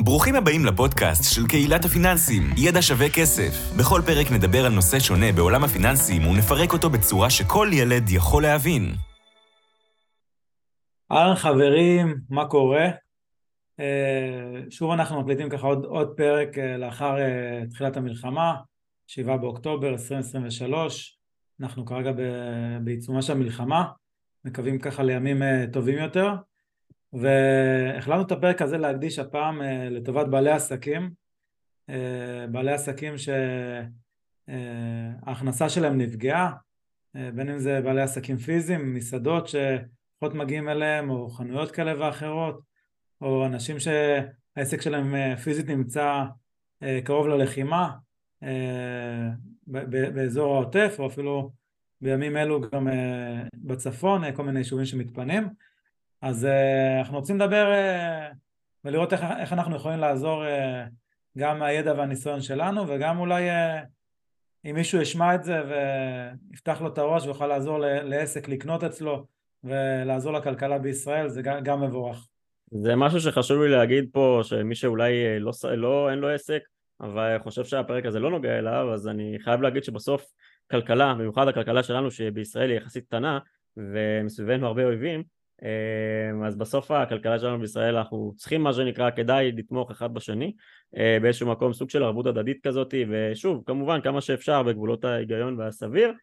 ברוכים הבאים לפודקאסט של קהילת הפיננסים, ידע שווה כסף. בכל פרק נדבר על נושא שונה בעולם הפיננסים ונפרק אותו בצורה שכל ילד יכול להבין. אהלן חברים, מה קורה? שוב אנחנו מקליטים ככה עוד פרק לאחר תחילת המלחמה, 7 באוקטובר 2023. אנחנו כרגע בעיצומה של המלחמה, מקווים ככה לימים טובים יותר. והחלטנו את הפרק הזה להקדיש הפעם לטובת בעלי עסקים, בעלי עסקים שההכנסה שלהם נפגעה, בין אם זה בעלי עסקים פיזיים, מסעדות שפחות מגיעים אליהם, או חנויות כאלה ואחרות, או אנשים שהעסק שלהם פיזית נמצא קרוב ללחימה, באזור העוטף, או אפילו בימים אלו גם בצפון, כל מיני יישובים שמתפנים. אז אנחנו רוצים לדבר ולראות איך אנחנו יכולים לעזור גם מהידע והניסיון שלנו, וגם אולי אם מישהו ישמע את זה ויפתח לו את הראש ויוכל לעזור לעסק לקנות אצלו ולעזור לכלכלה בישראל, זה גם מבורך. זה משהו שחשוב לי להגיד פה, שמי שאולי אין לו עסק, אבל חושב שהפרק הזה לא נוגע אליו, אז אני חייב להגיד שבסוף כלכלה, במיוחד הכלכלה שלנו שבישראל היא יחסית קטנה ומסביבנו הרבה אויבים, אז בסוף הכלכלה שלנו בישראל אנחנו צריכים מה שנקרא כדאי לתמוך אחד בשני באיזשהו מקום, סוג של ערבות הדדית כזאת, ושוב כמובן כמה שאפשר בגבולות ההיגיון והסביר.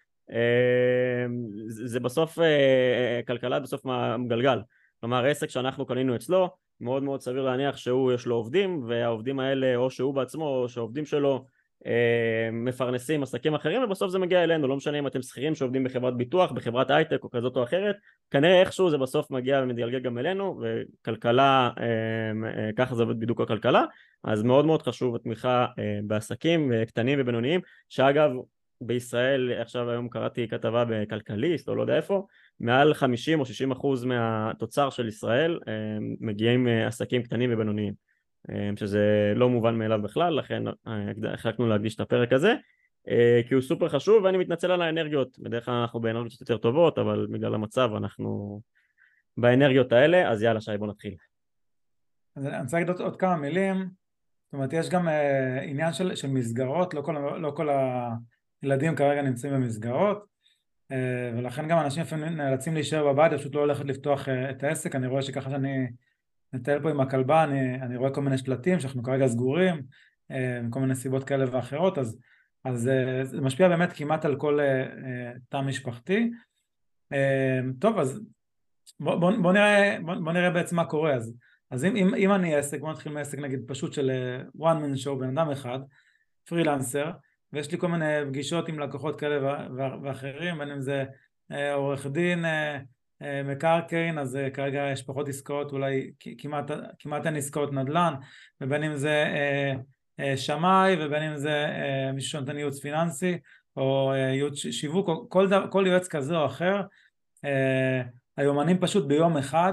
זה בסוף כלכלה בסוף מגלגל, כלומר עסק שאנחנו קנינו אצלו מאוד מאוד סביר להניח שהוא יש לו עובדים, והעובדים האלה או שהוא בעצמו או שהעובדים שלו מפרנסים עסקים אחרים, ובסוף זה מגיע אלינו. לא משנה אם אתם שכירים שעובדים בחברת ביטוח, בחברת הייטק או כזאת או אחרת, כנראה איכשהו זה בסוף מגיע ומתגלגל גם אלינו, וכלכלה, ככה זה עובד בדיוק הכלכלה. אז מאוד מאוד חשוב התמיכה בעסקים קטנים ובינוניים, שאגב בישראל עכשיו היום קראתי כתבה בכלכליסט או לא יודע איפה, מעל 50 או 60% מהתוצר של ישראל מגיעים עסקים קטנים ובינוניים, שזה לא מובן מאליו בכלל. לכן החלטנו להקדיש את הפרק הזה, כי הוא סופר חשוב, ואני מתנצל על האנרגיות. בדרך כלל אנחנו באנרגיות יותר טובות, אבל בגלל המצב אנחנו באנרגיות האלה. אז יאללה שי, בוא נתחיל. אז אני רוצה להגיד עוד כמה מילים. זאת אומרת, יש גם עניין של מסגרות, לא כל הילדים כרגע נמצאים במסגרות, ולכן גם אנשים נאלצים להישאר בבית, פשוט לא הולכת לפתוח את העסק. אני רואה שככה שאני נטייל פה עם הכלבה, אני רואה כל מיני שלטים שאנחנו כרגע סגורים, מכל מיני סיבות כאלה ואחרות, אז זה משפיע באמת כמעט על כל תא משפחתי. טוב, אז בוא נראה בעצם מה קורה. אז אם אני עסק, בוא נתחיל מעסק נגיד פשוט של one man show, בן אדם אחד, פרילנסר, ויש לי כל מיני פגישות עם לקוחות כאלה ואחרים, בין אם זה עורך דין, מקרקעין, אז כרגע יש פחות עסקאות, אולי כמעט אין עסקאות נדל"ן, ובין אם זה שמאי, ובין אם זה מישהו שנותן ייעוץ פיננסי, או ייעוץ שיווק, או כל יועץ כזה או אחר. היומנים פשוט ביום אחד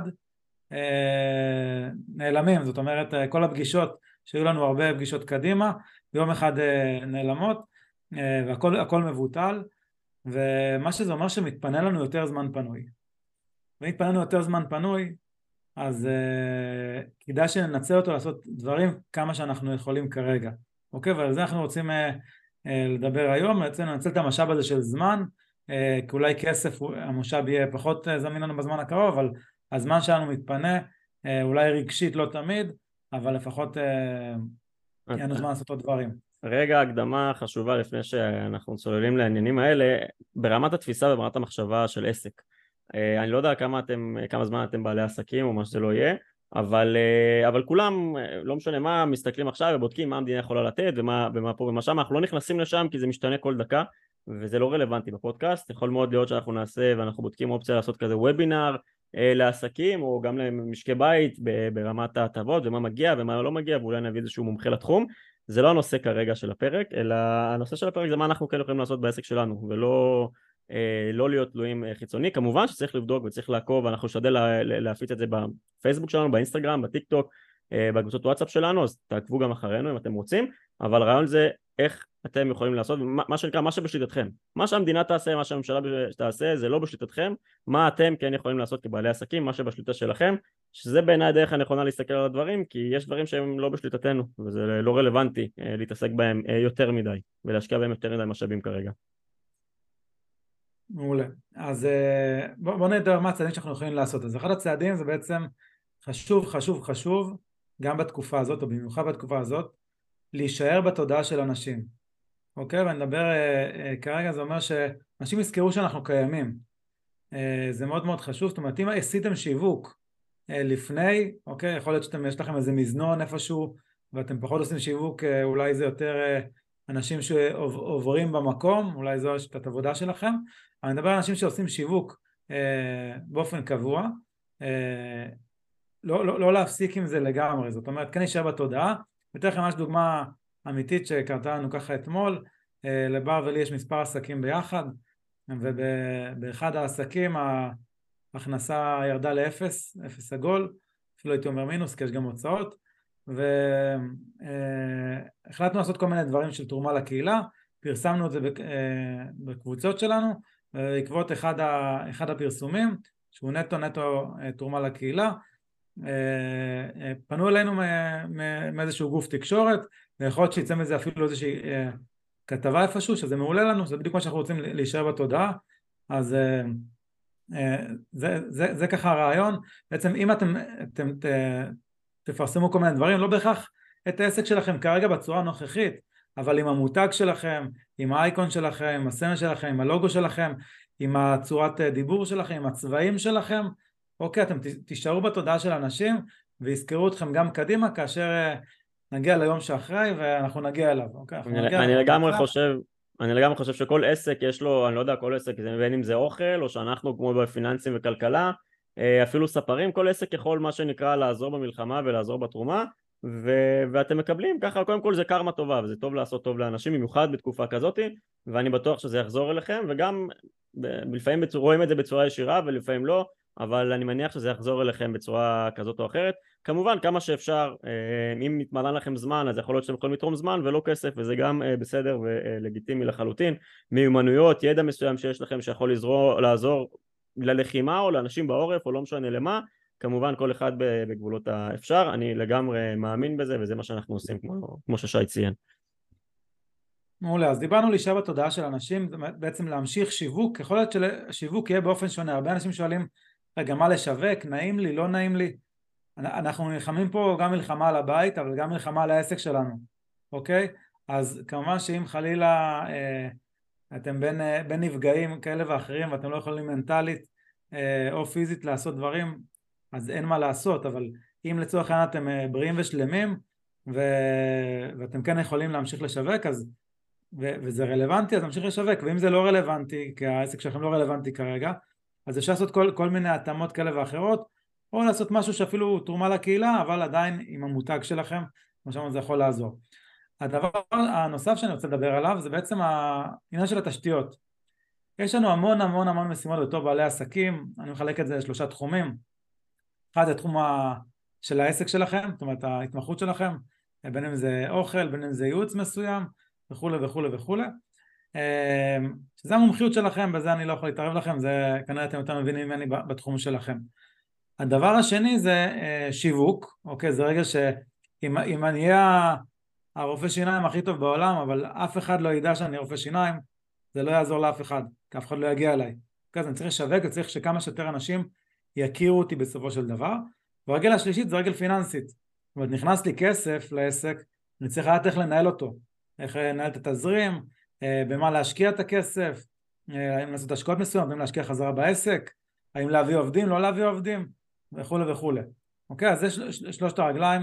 נעלמים. זאת אומרת, כל הפגישות שהיו לנו הרבה פגישות קדימה, ביום אחד נעלמות, והכל מבוטל. ומה שזה אומר שמתפנה לנו יותר זמן פנוי. ומתפנה לנו יותר זמן פנוי, אז כדאי שננצל אותו לעשות דברים כמה שאנחנו יכולים כרגע. אוקיי? ועל זה אנחנו רוצים לדבר היום. ננצל את המשאב הזה של זמן, כי אולי כסף, המשאב יהיה פחות זמין לנו בזמן הקרוב, אבל הזמן שלנו מתפנה, אולי רגשית לא תמיד, אבל לפחות יהיה לנו זמן לעשות עוד דברים. רגע הקדמה חשובה לפני שאנחנו צוללים לעניינים האלה, ברמת התפיסה וברמת המחשבה של עסק. אני לא יודע כמה זמן אתם בעלי עסקים או מה שזה לא יהיה, אבל כולם, לא משנה מה, מסתכלים עכשיו ובודקים מה המדינה יכולה לתת ומה פה ומה שם. אנחנו לא נכנסים לשם כי זה משתנה כל דקה, וזה לא רלוונטי בפודקאסט. יכול מאוד להיות שאנחנו נעשה ואנחנו בודקים אופציה לעשות כזה וובינר לעסקים או גם למשקי בית ברמת ההטבות ומה מגיע ומה לא מגיע, ואולי נביא איזשהו מומחה לתחום. זה לא הנושא כרגע של הפרק, אלא הנושא של הפרק זה מה אנחנו כן יכולים לעשות בעסק שלנו, ולא לא להיות תלויים חיצוני. כמובן שצריך לבדוק וצריך לעקוב, ואנחנו נשתדל להפיץ את זה בפייסבוק שלנו, באינסטגרם, בטיק טוק, בקבוצות וואטסאפ שלנו, אז תעקבו גם אחרינו אם אתם רוצים, אבל הרעיון זה איך אתם יכולים לעשות, מה שנקרא, מה שבשליטתכם. מה שהמדינה תעשה, מה שהממשלה תעשה, זה לא בשליטתכם, מה אתם כן יכולים לעשות כבעלי עסקים, מה שבשליטה שלכם, שזה בעיניי הדרך הנכונה להסתכל על הדברים, כי יש דברים שהם לא בשליטתנו, וזה לא רלוונטי להתעסק בהם יותר מדי, ולהשקיע בהם יותר מדי משאבים כרגע. מעולה. אז בוא נדבר מה הצעדים שאנחנו יכולים לעשות. אז אחד הצעדים זה בעצם חשוב, גם בתקופה הזאת, או במיוחד בתקופה הזאת, להישאר בתודעה של אנשים. אוקיי? ואני מדבר כרגע, זה אומר שאנשים יזכרו שאנחנו קיימים. זה מאוד מאוד חשוב. זאת אומרת, אם עשיתם שיווק לפני, אוקיי? יכול להיות שיש לכם איזה מזנון איפשהו, ואתם פחות עושים שיווק, אולי זה יותר אנשים שעוברים במקום, אולי זו השיטת עבודה שלכם. אני מדבר על אנשים שעושים שיווק באופן קבוע, לא להפסיק עם זה לגמרי. זאת אומרת, כן נשאר בתודעה. יותר לכם ממש דוגמה אמיתית שקרתה לנו ככה אתמול, לבר ולי יש מספר עסקים ביחד, ובאחד העסקים ההכנסה ירדה לאפס, אפס עגול, אפילו הייתי אומר מינוס, כי יש גם הוצאות, והחלטנו לעשות כל מיני דברים של תרומה לקהילה, פרסמנו את זה בקבוצות שלנו, בעקבות אחד הפרסומים, שהוא נטו תרומה לקהילה, פנו אלינו מאיזשהו גוף תקשורת, ויכול להיות שיצא מזה אפילו איזושהי כתבה איפשהו, שזה מעולה לנו, זה בדיוק מה שאנחנו רוצים להישאר בתודעה. אז זה ככה הרעיון. בעצם אם אתם תפרסמו כל מיני דברים, לא בהכרח את העסק שלכם כרגע בצורה הנוכחית, אבל עם המותג שלכם, עם האייקון שלכם, עם הסמל שלכם, עם הלוגו שלכם, עם הצורת דיבור שלכם, עם הצבעים שלכם, אוקיי, אתם תישארו בתודעה של אנשים ויזכרו אתכם גם קדימה כאשר נגיע ליום שאחרי ואנחנו נגיע אליו. אוקיי, אני לגמרי חושב שכל עסק יש לו, אני לא יודע, כל עסק, בין אם זה אוכל או שאנחנו כמו בפיננסים וכלכלה, אפילו ספרים, כל עסק יכול מה שנקרא לעזור במלחמה ולעזור בתרומה, ואתם מקבלים ככה, קודם כל זה קרמה טובה וזה טוב לעשות טוב לאנשים, במיוחד בתקופה כזאת, ואני בטוח שזה יחזור אליכם, וגם לפעמים רואים את זה בצורה ישירה ולפעמים לא, אבל אני מניח שזה יחזור אליכם בצורה כזאת או אחרת. כמובן כמה שאפשר, אם מתמלא לכם זמן אז יכול להיות שאתם יכולים לתרום זמן ולא כסף, וזה גם בסדר ולגיטימי לחלוטין. מיומנויות, ידע מסוים שיש לכם שיכול לעזור ללחימה או לאנשים בעורף או לא משנה למה, כמובן כל אחד בגבולות האפשר. אני לגמרי מאמין בזה וזה מה שאנחנו עושים כמו ששי ציין. מעולה, אז דיברנו להישאר בתודעה של אנשים, בעצם להמשיך שיווק. יכול להיות ששיווק יהיה באופן שונה. הרבה אנשים שואלים, רגע, מה לשווק? נעים לי, לא נעים לי? אנחנו נלחמים פה גם מלחמה על הבית, אבל גם מלחמה על העסק שלנו, אוקיי? אז כמובן שאם חלילה אתם בין נפגעים כאלה ואחרים, ואתם לא יכולים מנטלית או פיזית לעשות דברים, אז אין מה לעשות. אבל אם לצורך העניין אתם בריאים ושלמים, ואתם כן יכולים להמשיך לשווק, אז וזה רלוונטי, אז נמשיך לשווק. ואם זה לא רלוונטי, כי העסק שלכם לא רלוונטי כרגע, אז אפשר לעשות כל מיני התאמות כאלה ואחרות, או לעשות משהו שאפילו תרומה לקהילה, אבל עדיין עם המותג שלכם, כמו שאמרנו, זה יכול לעזור. הדבר הנוסף שאני רוצה לדבר עליו, זה בעצם העניין של התשתיות. יש לנו המון משימות בתור בעלי עסקים, אני מחלק את זה לשלושה תחומים. אחד זה תחום של העסק שלכם, זאת אומרת ההתמחות שלכם, בין אם זה אוכל, בין אם זה ייעוץ מסוים, וכו'. שזה המומחיות שלכם, בזה אני לא יכול להתערב לכם, זה כנראה אתם יותר מבינים ממני בתחום שלכם. הדבר השני זה שיווק, אוקיי, זה רגע שאם אני אהיה הרופא שיניים הכי טוב בעולם, אבל אף אחד לא ידע שאני רופא שיניים, זה לא יעזור לאף אחד, כי אף אחד לא יגיע אליי. אוקיי, אז אני צריך לשווק, וצריך שכמה שיותר אנשים יכירו אותי בסופו של דבר. והרגל השלישית זה רגל פיננסית. זאת אומרת, נכנס לי כסף לעסק, אני צריך לדעת איך לנהל אותו, איך לנהל את התזרים, במה להשקיע את הכסף, האם לעשות השקעות מסוימות, האם להשקיע חזרה בעסק, האם להביא עובדים, לא להביא עובדים, וכו'. אוקיי, אז זה שלושת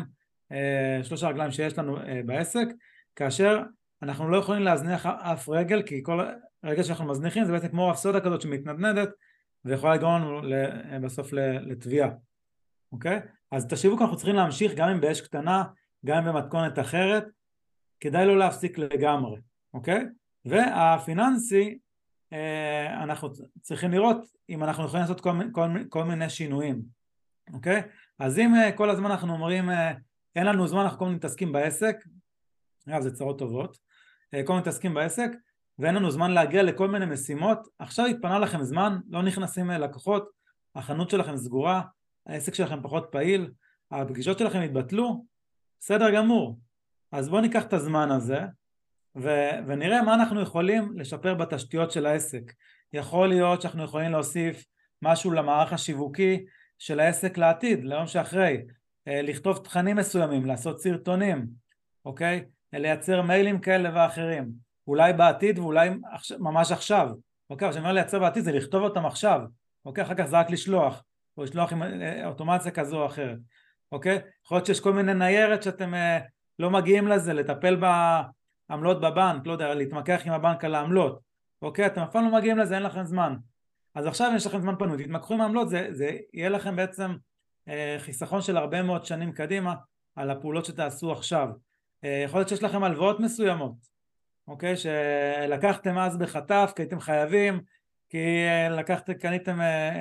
הרגליים שיש לנו בעסק, כאשר אנחנו לא יכולים להזניח אף רגל, כי כל רגל שאנחנו מזניחים זה בעצם כמו אפסודה כזאת שמתנדנדת, ויכולה לגרום לנו בסוף לתביעה. אוקיי? אז את השיווק אנחנו צריכים להמשיך גם אם באש קטנה, גם אם במתכונת אחרת, כדאי לא להפסיק לגמרי. אוקיי? והפיננסי, אנחנו צריכים לראות אם אנחנו יכולים לעשות כל מיני שינויים. אוקיי? אז אם כל הזמן אנחנו אומרים אין לנו זמן, אנחנו כל הזמן מתעסקים בעסק, זה צרות טובות, כל הזמן מתעסקים בעסק, ואין לנו זמן להגיע לכל מיני משימות, עכשיו התפנה לכם זמן, לא נכנסים לקוחות, החנות שלכם סגורה, העסק שלכם פחות פעיל, הפגישות שלכם התבטלו, בסדר גמור. אז בואו ניקח את הזמן הזה, ונראה מה אנחנו יכולים לשפר בתשתיות של העסק. יכול להיות שאנחנו יכולים להוסיף משהו למערך השיווקי של העסק לעתיד, ליום שאחרי, לכתוב תכנים מסוימים, לעשות סרטונים, אוקיי? לייצר מיילים כאלה ואחרים, אולי בעתיד ואולי ממש עכשיו, אוקיי? כשאני אומר לייצר בעתיד זה לכתוב אותם עכשיו, אוקיי? אחר כך זה רק לשלוח, או לשלוח עם אוטומציה כזו או אחרת, אוקיי? יכול להיות שיש כל מיני ניירת שאתם לא מגיעים לזה, לטפל בעמלות בבנק, לא יודע, להתמקח עם הבנק על העמלות, אוקיי? אתם אף פעם לא מגיעים לזה, אין לכם זמן. אז עכשיו יש לכם זמן פנוי, תתמקחו עם העמלות, זה יהיה לכם בעצם חיסכון של הרבה מאוד שנים קדימה על הפעולות שתעשו עכשיו. יכול להיות שיש לכם הלוואות מסוימות, אוקיי? שלקחתם אז בחטף, כי הייתם חייבים, כי קניתם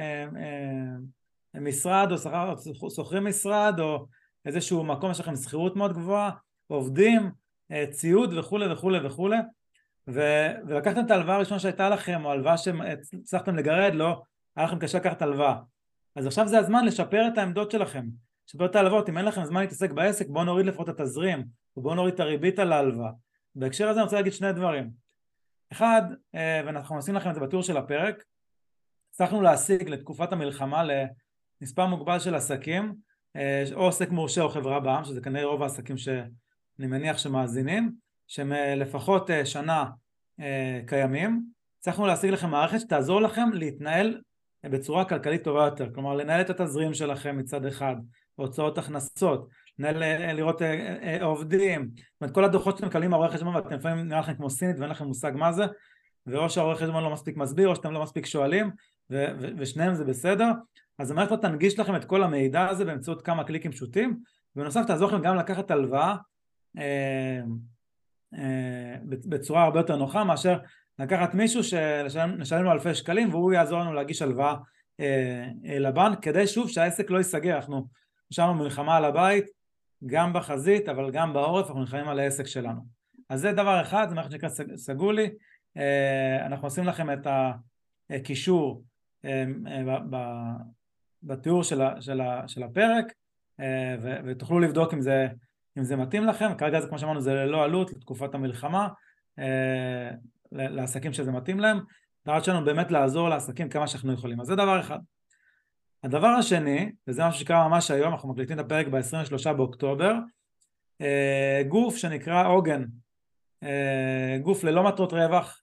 משרד או שוכרים משרד, או איזשהו מקום יש לכם שכירות מאוד גבוהה, עובדים, ציוד וכו' וכו' וכו', ולקחתם את ההלוואה הראשונה שהייתה לכם, או הלוואה שהצלחתם לגרד, לא, היה לכם קשה לקחת הלוואה. אז עכשיו זה הזמן לשפר את העמדות שלכם, לשפר את ההלוואות. אם אין לכם זמן להתעסק בעסק, בואו נוריד לפחות את התזרים, ובואו נוריד את הריבית על ההלוואה. בהקשר הזה אני רוצה להגיד שני דברים. אחד, ואנחנו נשים לכם את זה בתיאור של הפרק, הצלחנו להשיג לתקופת המלחמה למספר מוגבל של עסקים, או עסק מורשה או חברה בע"מ, שזה כנראה רוב העסקים שאני מניח שמאזינים, שהם לפחות שנה קיימים. הצלחנו להשיג לכם מערכת שתעזור לכם להתנהל בצורה כלכלית טובה יותר, כלומר לנהל את התזרים שלכם מצד אחד, הוצאות הכנסות, לראות עובדים, זאת אומרת כל הדוחות שאתם מקבלים מהרואה חשבון ואתם לפעמים נראה לכם כמו סינית ואין לכם מושג מה זה, ואו שהרואה חשבון לא מספיק מסביר או שאתם לא מספיק שואלים, ושניהם זה בסדר. אז המערכת תנגיש לכם את כל המידע הזה באמצעות כמה קליקים פשוטים, ובנוסף תעזור לכם גם לקחת הלוואה בצורה הרבה יותר נוחה מאשר לקחת מישהו שנשלם לו אלפי שקלים והוא יעזור לנו להגיש הלוואה לבנק, כדי שוב שהעסק לא ייסגר. אנחנו נשארנו מלחמה על הבית, גם בחזית אבל גם בעורף, אנחנו נלחמים על העסק שלנו. אז זה דבר אחד, זה מערכת שנקרא סגולי. אנחנו עושים לכם את הקישור בתיאור של הפרק, ותוכלו לבדוק אם זה מתאים לכם. כרגע זה כמו שאמרנו זה ללא עלות לתקופת המלחמה, לעסקים שזה מתאים להם. דעת שלנו באמת לעזור לעסקים כמה שאנחנו יכולים. אז זה דבר אחד. הדבר השני, וזה משהו שקרה ממש היום, אנחנו מקליטים את הפרק ב-23 באוקטובר, גוף שנקרא עוגן, גוף ללא מטרות רווח,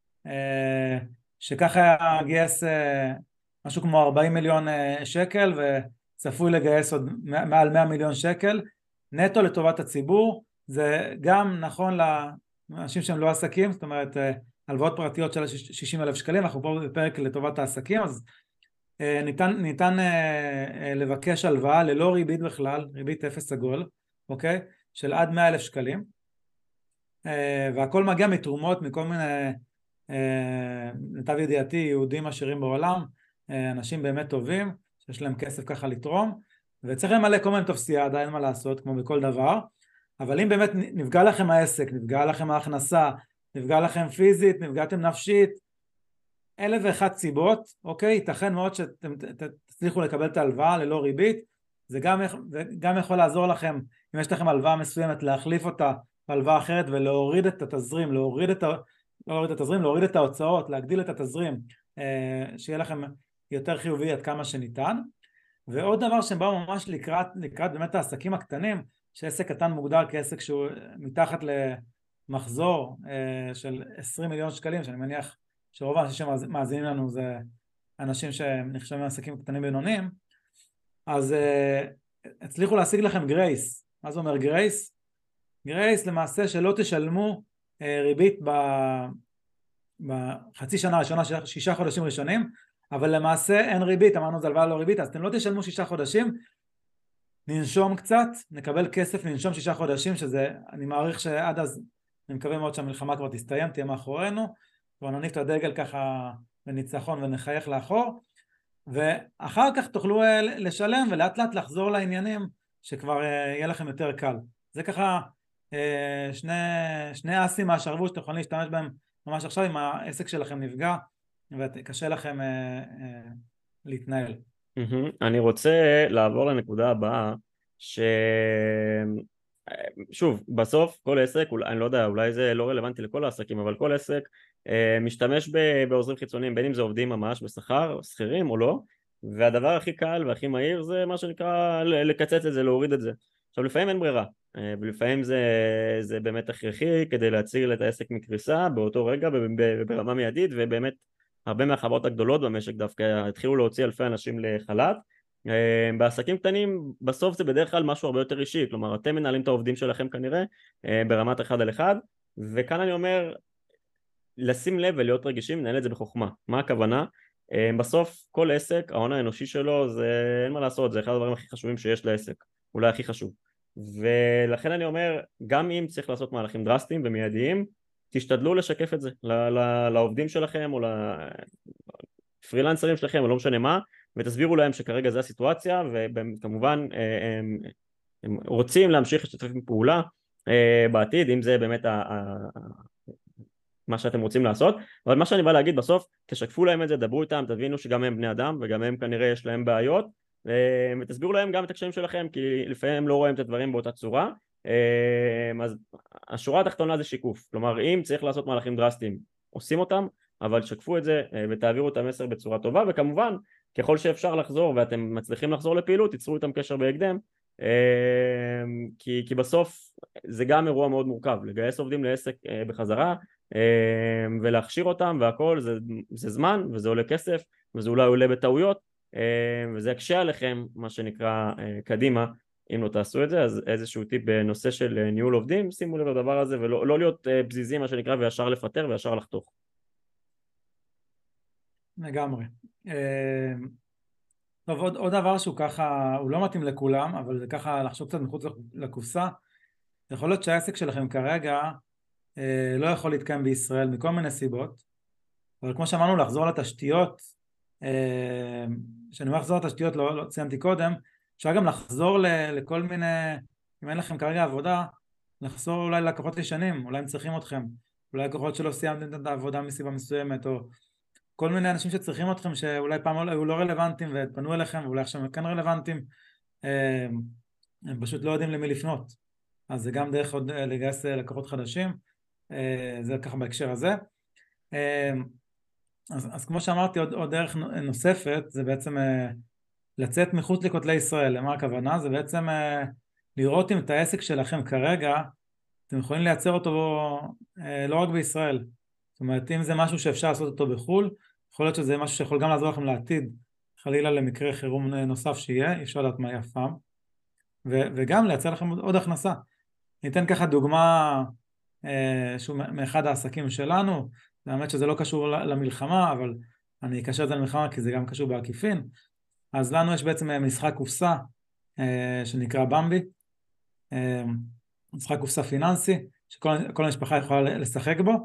שככה גייס משהו כמו 40 מיליון שקל, וצפוי לגייס עוד מעל 100 מיליון שקל, נטו לטובת הציבור. זה גם נכון לאנשים שהם לא עסקים, זאת אומרת הלוואות פרטיות של 60,000 שקלים, אנחנו פה בפרק לטובת העסקים, אז ניתן לבקש הלוואה ללא ריבית בכלל, ריבית אפס עגול, אוקיי? של עד 100,000 שקלים, והכל מגיע מתרומות מכל מיני, למיטב ידיעתי, יהודים עשירים בעולם, אנשים באמת טובים, שיש להם כסף ככה לתרום, וצריך למלא כל מיני טופסייה, עדיין מה לעשות, כמו בכל דבר. אבל אם באמת נפגע לכם העסק, נפגע לכם ההכנסה, נפגע לכם פיזית, נפגעתם נפשית, 1,001 סיבות, אוקיי? ייתכן מאוד שאתם תצליחו לקבל את ההלוואה ללא ריבית. זה גם יכול לעזור לכם, אם יש לכם הלוואה מסוימת, להחליף אותה בהלוואה אחרת ולהוריד את התזרים, להוריד את ההוצאות, להגדיל את התזרים, שיהיה לכם יותר חיובי עד כמה שניתן. ועוד דבר שהם באו ממש לקראת באמת העסקים הקטנים, שעסק קטן מוגדר כעסק שהוא מתחת למחזור של 20 מיליון שקלים, שאני מניח שרוב האנשים שמאזינים לנו זה אנשים שנחשבים לעסקים קטנים בינוניים, אז הצליחו להשיג לכם גרייס. מה זה אומר גרייס? גרייס למעשה שלא תשלמו ריבית בחצי שנה ראשונה, 6 חודשים ראשונים, אבל למעשה אין ריבית, אמרנו זה הלוואה לא ריבית, אז אתם לא תשלמו 6 חודשים, ננשום קצת, נקבל כסף, ננשום 6 חודשים, שזה, אני מעריך שעד אז, אני מקווה מאוד שהמלחמה כבר תסתיים, תהיה מאחורינו, ונניף את הדגל ככה בניצחון ונחייך לאחור, ואחר כך תוכלו לשלם ולאט לאט לחזור לעניינים שכבר יהיה לכם יותר קל. זה ככה שני אסים מהשרוול שאתם יכולים להשתמש בהם ממש עכשיו אם העסק שלכם נפגע וקשה לכם להתנהל. אני רוצה לעבור לנקודה הבאה, שוב, בסוף כל עסק, אני לא יודע, אולי זה לא רלוונטי לכל העסקים, אבל כל עסק משתמש בעוזרים חיצוניים, בין אם זה עובדים ממש בשכר, שכירים או לא, והדבר הכי קל והכי מהיר זה מה שנקרא לקצץ את זה, להוריד את זה. עכשיו לפעמים אין ברירה, ולפעמים זה באמת הכרחי כדי להציל את העסק מקריסה באותו רגע ברמה מיידית, ובאמת הרבה מהחברות הגדולות במשק דווקא התחילו להוציא אלפי אנשים לחל"ת. בעסקים קטנים בסוף זה בדרך כלל משהו הרבה יותר אישי, כלומר אתם מנהלים את העובדים שלכם כנראה ברמת אחד על אחד, וכאן אני אומר לשים לב ולהיות רגישים, לנהל את זה בחוכמה. מה הכוונה? בסוף כל עסק, ההון האנושי שלו, זה אין מה לעשות, זה אחד הדברים הכי חשובים שיש לעסק, אולי הכי חשוב, ולכן אני אומר גם אם צריך לעשות מהלכים דרסטיים ומיידיים, תשתדלו לשקף את זה לעובדים שלכם או לפרילנסרים שלכם או לא משנה מה, ותסבירו להם שכרגע זה הסיטואציה, וכמובן הם רוצים להמשיך לשתף פעולה בעתיד, אם זה באמת מה שאתם רוצים לעשות. אבל מה שאני בא להגיד בסוף, תשקפו להם את זה, דברו איתם, תבינו שגם הם בני אדם וגם הם כנראה יש להם בעיות, ותסבירו להם גם את הקשיים שלכם, כי לפעמים הם לא רואים את הדברים באותה צורה. אז השורה התחתונה זה שיקוף, כלומר אם צריך לעשות מהלכים דרסטיים עושים אותם, אבל שקפו את זה ותעבירו את המסר בצורה טובה, וכמובן ככל שאפשר לחזור ואתם מצליחים לחזור לפעילות תיצרו איתם קשר בהקדם, כי בסוף זה גם אירוע מאוד מורכב, לגייס עובדים לעסק בחזרה ולהכשיר אותם והכל, זה זמן וזה עולה כסף וזה אולי עולה בטעויות, וזה יקשה עליכם מה שנקרא קדימה אם לא תעשו את זה. אז איזשהו טיפ בנושא של ניהול עובדים, שימו לב לדבר הזה ולא להיות בזיזים מה שנקרא וישר לפטר וישר לחתוך. לגמרי. טוב, עוד דבר שהוא ככה, הוא לא מתאים לכולם, אבל זה ככה לחשוב קצת מחוץ לקופסה. יכול להיות שהעסק שלכם כרגע לא יכול להתקיים בישראל מכל מיני סיבות, אבל כמו שאמרנו לחזור לתשתיות, שאני אומר לחזור לתשתיות, לא ציינתי קודם, אפשר גם לחזור לכל מיני, אם אין לכם כרגע עבודה, לחזור אולי ללקוחות ישנים, אולי הם צריכים אתכם, אולי לקוחות שלא סיימתם את העבודה מסיבה מסוימת, או כל מיני אנשים שצריכים אתכם שאולי פעם היו לא רלוונטיים ופנו אליכם ואולי עכשיו הם כן רלוונטיים, הם פשוט לא יודעים למי לפנות, אז זה גם דרך עוד לגייס לקוחות חדשים, זה ככה בהקשר הזה. אז כמו שאמרתי, עוד דרך נוספת זה בעצם לצאת מחוץ לכותלי ישראל. למה הכוונה? זה בעצם לראות אם את העסק שלכם כרגע אתם יכולים לייצר אותו לא רק בישראל, זאת אומרת אם זה משהו שאפשר לעשות אותו בחול, יכול להיות שזה משהו שיכול גם לעזור לכם לעתיד, חלילה למקרה חירום נוסף שיהיה, אפשר לדעת מה יהיה פעם, וגם לייצר לכם עוד הכנסה. ניתן ככה דוגמה מאחד העסקים שלנו, באמת שזה לא קשור למלחמה, אבל אני אקשר את זה למלחמה כי זה גם קשור בעקיפין. אז לנו יש בעצם משחק קופסה שנקרא במבי, משחק קופסה פיננסי שכל המשפחה יכולה לשחק בו,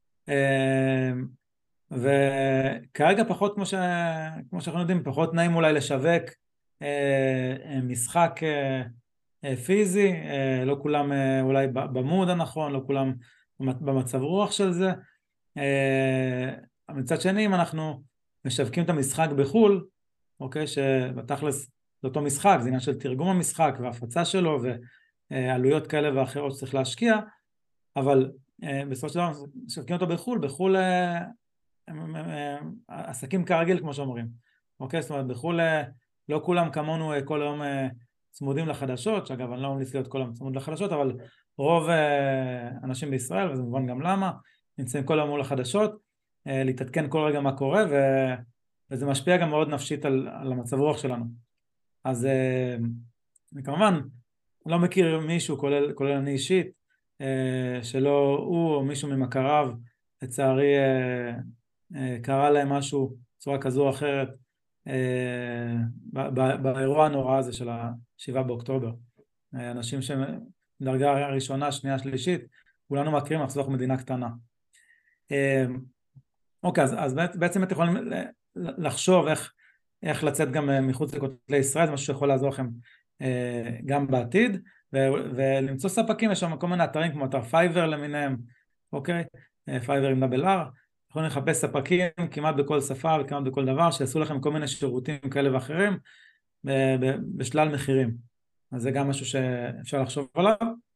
וכרגע פחות כמו שאנחנו יודעים, פחות נעים אולי לשווק משחק פיזי, לא כולם אולי במוד הנכון, לא כולם במצב רוח של זה. מצד שני, אם אנחנו משווקים את המשחק בחול, אוקיי, שבתכלס זה אותו משחק, זה עניין של תרגום המשחק והפצה שלו ועלויות כאלה ואחרות שצריך להשקיע, אבל בסופו של דבר משווקים אותו בחול עסקים כרגיל כמו שאומרים, אוקיי, זאת אומרת בחול לא כולם כמונו כל היום צמודים לחדשות, שאגב אני לא ממליץ להיות כל היום צמוד לחדשות, אבל רוב אנשים בישראל, וזה מובן גם למה, נמצאים כל היום מול החדשות, להתעדכן כל רגע מה קורה, וזה משפיע גם מאוד נפשית על המצב רוח שלנו. אז אני כמובן לא מכיר מישהו, כולל אני אישית, שלא הוא או מישהו ממכריו, לצערי קרה להם משהו בצורה כזו או אחרת, באירוע הנורא הזה של ה7 באוקטובר. אנשים שמדרגה ראשונה, שנייה, שלישית, כולנו מכירים, אנחנו מדינה קטנה. אוקיי, אז בעצם אתם יכולים לחשוב איך לצאת גם מחוץ לכותלי ישראל, זה משהו שיכול לעזור לכם גם בעתיד, ולמצוא ספקים, יש שם כל מיני אתרים כמו אתר פייבר למיניהם, אוקיי? פייבר עם דאבל R, יכולים לחפש ספקים כמעט בכל שפה וכמעט בכל דבר, שיעשו לכם כל מיני שירותים כאלה ואחרים, בשלל מחירים. אז זה גם משהו שאפשר לחשוב עליו.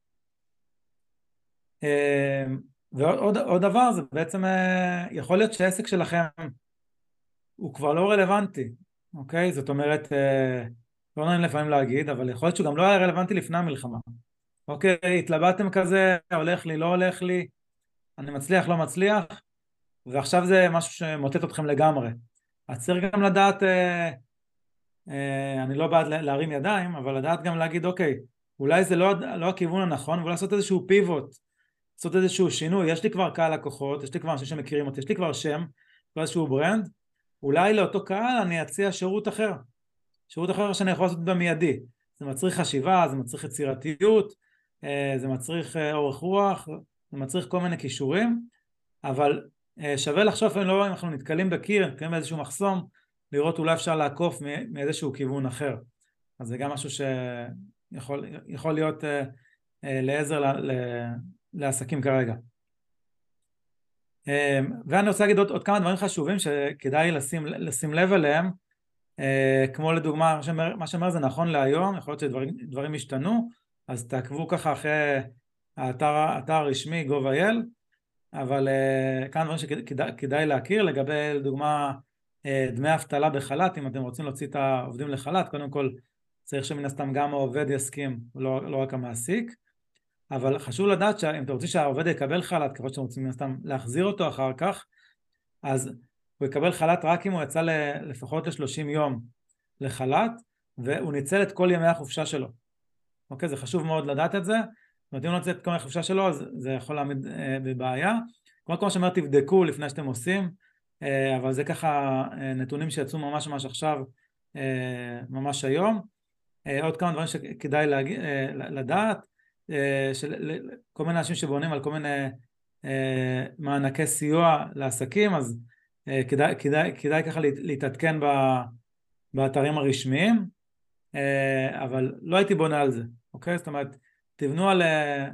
ועוד דבר, זה בעצם יכול להיות שהעסק שלכם הוא כבר לא רלוונטי, אוקיי? זאת אומרת, לא נעים לפעמים להגיד, אבל יכול להיות שהוא גם לא היה רלוונטי לפני המלחמה. אוקיי, התלבטתם כזה, הולך לי, לא הולך לי, אני מצליח, לא מצליח, ועכשיו זה משהו שמוטט אתכם לגמרי. אז צריך גם לדעת, אני לא בעד להרים ידיים, אבל לדעת גם להגיד, אוקיי, אולי זה לא הכיוון הנכון, ואולי לעשות איזשהו פיבוט, לעשות איזשהו שינוי. יש לי כבר קהל לקוחות, יש לי כבר אנשים שמכירים אותי, יש לי כבר שם, כבר איזשהו ברנד, אולי לאותו קהל אני אציע שירות אחר שאני יכול לעשות במיידי. זה מצריך חשיבה, זה מצריך יצירתיות, זה מצריך אורך רוח, זה מצריך כל מיני כישורים, אבל שווה לחשוב אם אנחנו נתקלים בקיר, נתקלים באיזשהו מחסום, לראות אולי אפשר לעקוף מאיזשהו כיוון אחר. אז זה גם משהו שיכול להיות לעזר לעסקים כרגע. ואני רוצה להגיד עוד כמה דברים חשובים שכדאי לשים לב אליהם, כמו לדוגמה, מה שאומר זה נכון להיום, יכול להיות שדברים השתנו, אז תעקבו ככה אחרי האתר הרשמי gov.il, אבל כמה דברים שכדאי להכיר, לגבי לדוגמה דמי אבטלה בחל"ת, אם אתם רוצים להוציא את העובדים לחל"ת, קודם כל צריך שמן הסתם גם העובד יסכים, לא רק המעסיק, אבל חשוב לדעת שאם אתם רוצים שהעובד יקבל חל"ת, ככל שאתם רוצים מן הסתם להחזיר אותו אחר כך, אז הוא יקבל חל"ת רק אם הוא יצא לפחות ל30 יום לחל"ת, והוא ניצל את כל ימי החופשה שלו. אוקיי, זה חשוב מאוד לדעת את זה. אם הוא ניצל את כל ימי החופשה שלו, אז זה יכול להעמיד בבעיה. כמו שאומר, תבדקו לפני שאתם עושים, אבל זה ככה נתונים שיצאו ממש עכשיו, ממש היום. עוד כמה דברים שכדאי לדעת, כל מיני אנשים שבונים על כל מיני מענקי סיוע לעסקים, אז כדאי ככה להתעדכן באתרים הרשמיים, אבל לא הייתי בונה על זה, אוקיי? זאת אומרת, תבנו על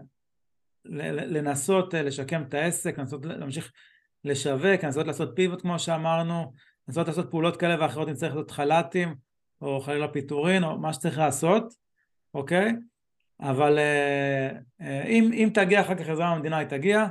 לנסות לשקם את העסק, לנסות להמשיך לשווק, לנסות לעשות פיבוט כמו שאמרנו, לנסות לעשות פעולות כאלה ואחרות, אם צריך לעשות חל"תים, או חלילה פיטורין, או מה שצריך לעשות, אוקיי? אבל אם תגיע אחר כך עזרה מהמדינה, היא תגיע,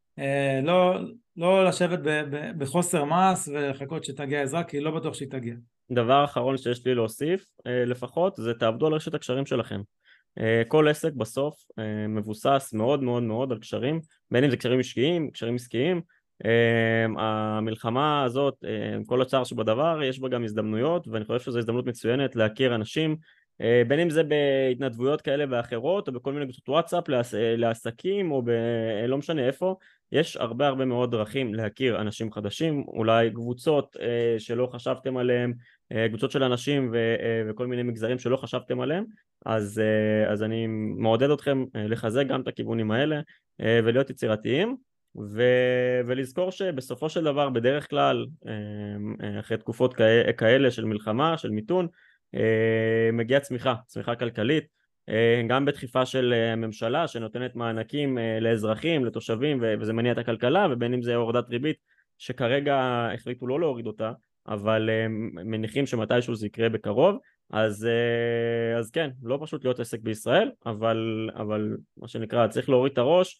לא לשבת בחוסר מס ולחכות שתגיע עזרה, כי לא בטוח שהיא תגיע. דבר אחרון שיש לי להוסיף, לפחות, זה תעבדו על רשת הקשרים שלכם. כל עסק בסוף מבוסס מאוד מאוד מאוד על קשרים, בין אם זה קשרים משקיים, קשרים עסקיים. המלחמה הזאת, כל הצער שבדבר, יש בה גם הזדמנויות, ואני חושב שזו הזדמנות מצוינת להכיר אנשים, בין אם זה בהתנדבויות כאלה ואחרות, או בכל מיני קבוצות וואטסאפ לעסקים, או לא משנה איפה. יש הרבה מאוד דרכים להכיר אנשים חדשים, אולי קבוצות שלא חשבתם עליהם, קבוצות של אנשים וכל מיני מגזרים שלא חשבתם עליהם. אז אני מעודד אתכם לחזק גם את הכיוונים האלה ולהיות יצירתיים, ולזכור שבסופו של דבר בדרך כלל אחרי תקופות כאלה של מלחמה, של מיתון, מגיעה צמיחה כלכלית, גם בדחיפה של ממשלה שנותנת מענקים לאזרחים, לתושבים, וזה מניע את הכלכלה, ובין אם זה הורדת ריבית שכרגע החליטו לא להוריד אותה, אבל מניחים שמתישהו זה יקרה בקרוב. אז כן, לא פשוט להיות עסק בישראל, אבל מה שנקרא צריך להוריד את הראש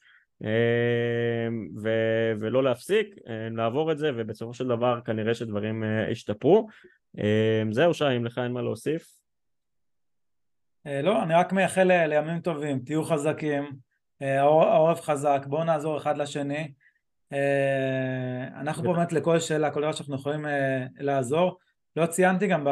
ולא להפסיק, לעבור את זה, ובסופו של דבר כנראה שדברים ישתפרו. זהו שי, אם לך אין מה להוסיף. לא, אני רק מייחל לימים טובים, תהיו חזקים, העורף חזק, בואו נעזור אחד לשני. אנחנו פה באמת לכל שאלה, כל דבר שאנחנו יכולים לעזור. לא ציינתי גם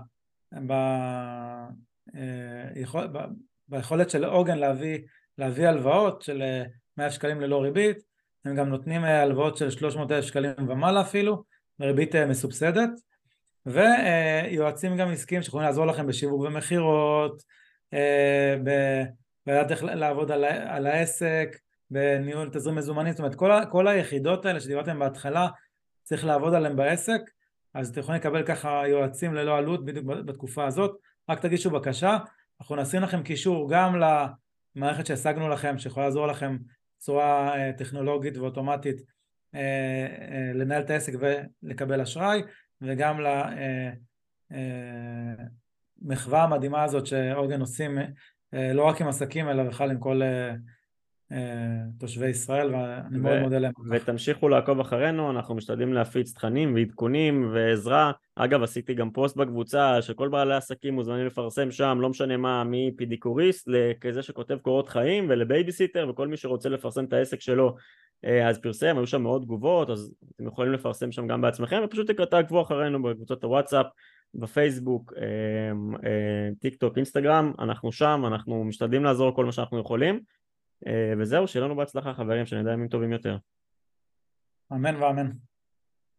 ביכולת של עוגן להביא הלוואות של 100 שקלים ללא ריבית. הם גם נותנים הלוואות של 300,000 שקלים ומעלה אפילו, בריבית מסובסדת. ויועצים גם עסקיים שיכולים לעזור לכם בשיווק ומחירות, בידעת איך לעבוד על העסק, בניהול תזרים מזומנים. זאת אומרת, כל היחידות האלה שדיברתם בהתחלה, צריך לעבוד עליהם בעסק. אז אתם יכולים לקבל ככה יועצים ללא עלות בדיוק בתקופה הזאת. רק תגישו בקשה. אנחנו נשים לכם קישור גם למערכת שהשגנו לכם, שיכולה לעזור לכם בצורה טכנולוגית ואוטומטית לנהל את העסק ולקבל אשראי, וגם למחווה המדהימה הזאת שאורגן עושים לא רק עם עסקים אלא בכלל עם כל תושבי ישראל, ואני מאוד מודה להם. ותמשיכו לעקוב אחרינו, אנחנו משתדלים להפיץ תכנים ועדכונים ועזרה. אגב, עשיתי גם פוסט בקבוצה שכל בעלי העסקים מוזמנים לפרסם שם, לא משנה מה, מפדיקוריסט לכזה שכותב קורות חיים ולבייביסיטר, וכל מי שרוצה לפרסם את העסק שלו אז פרסם. היו שם מאוד תגובות, אז אתם יכולים לפרסם שם גם בעצמכם, ופשוט תעקבו אחרינו בקבוצות הוואטסאפ, בפייסבוק, טיק טוק, אינסטגרם, אנחנו שם, אנחנו משתדלים לעזור כל מה שאנחנו יכולים. וזהו, שיהיה לנו בהצלחה חברים, שנדע ימים טובים יותר. אמן ואמן.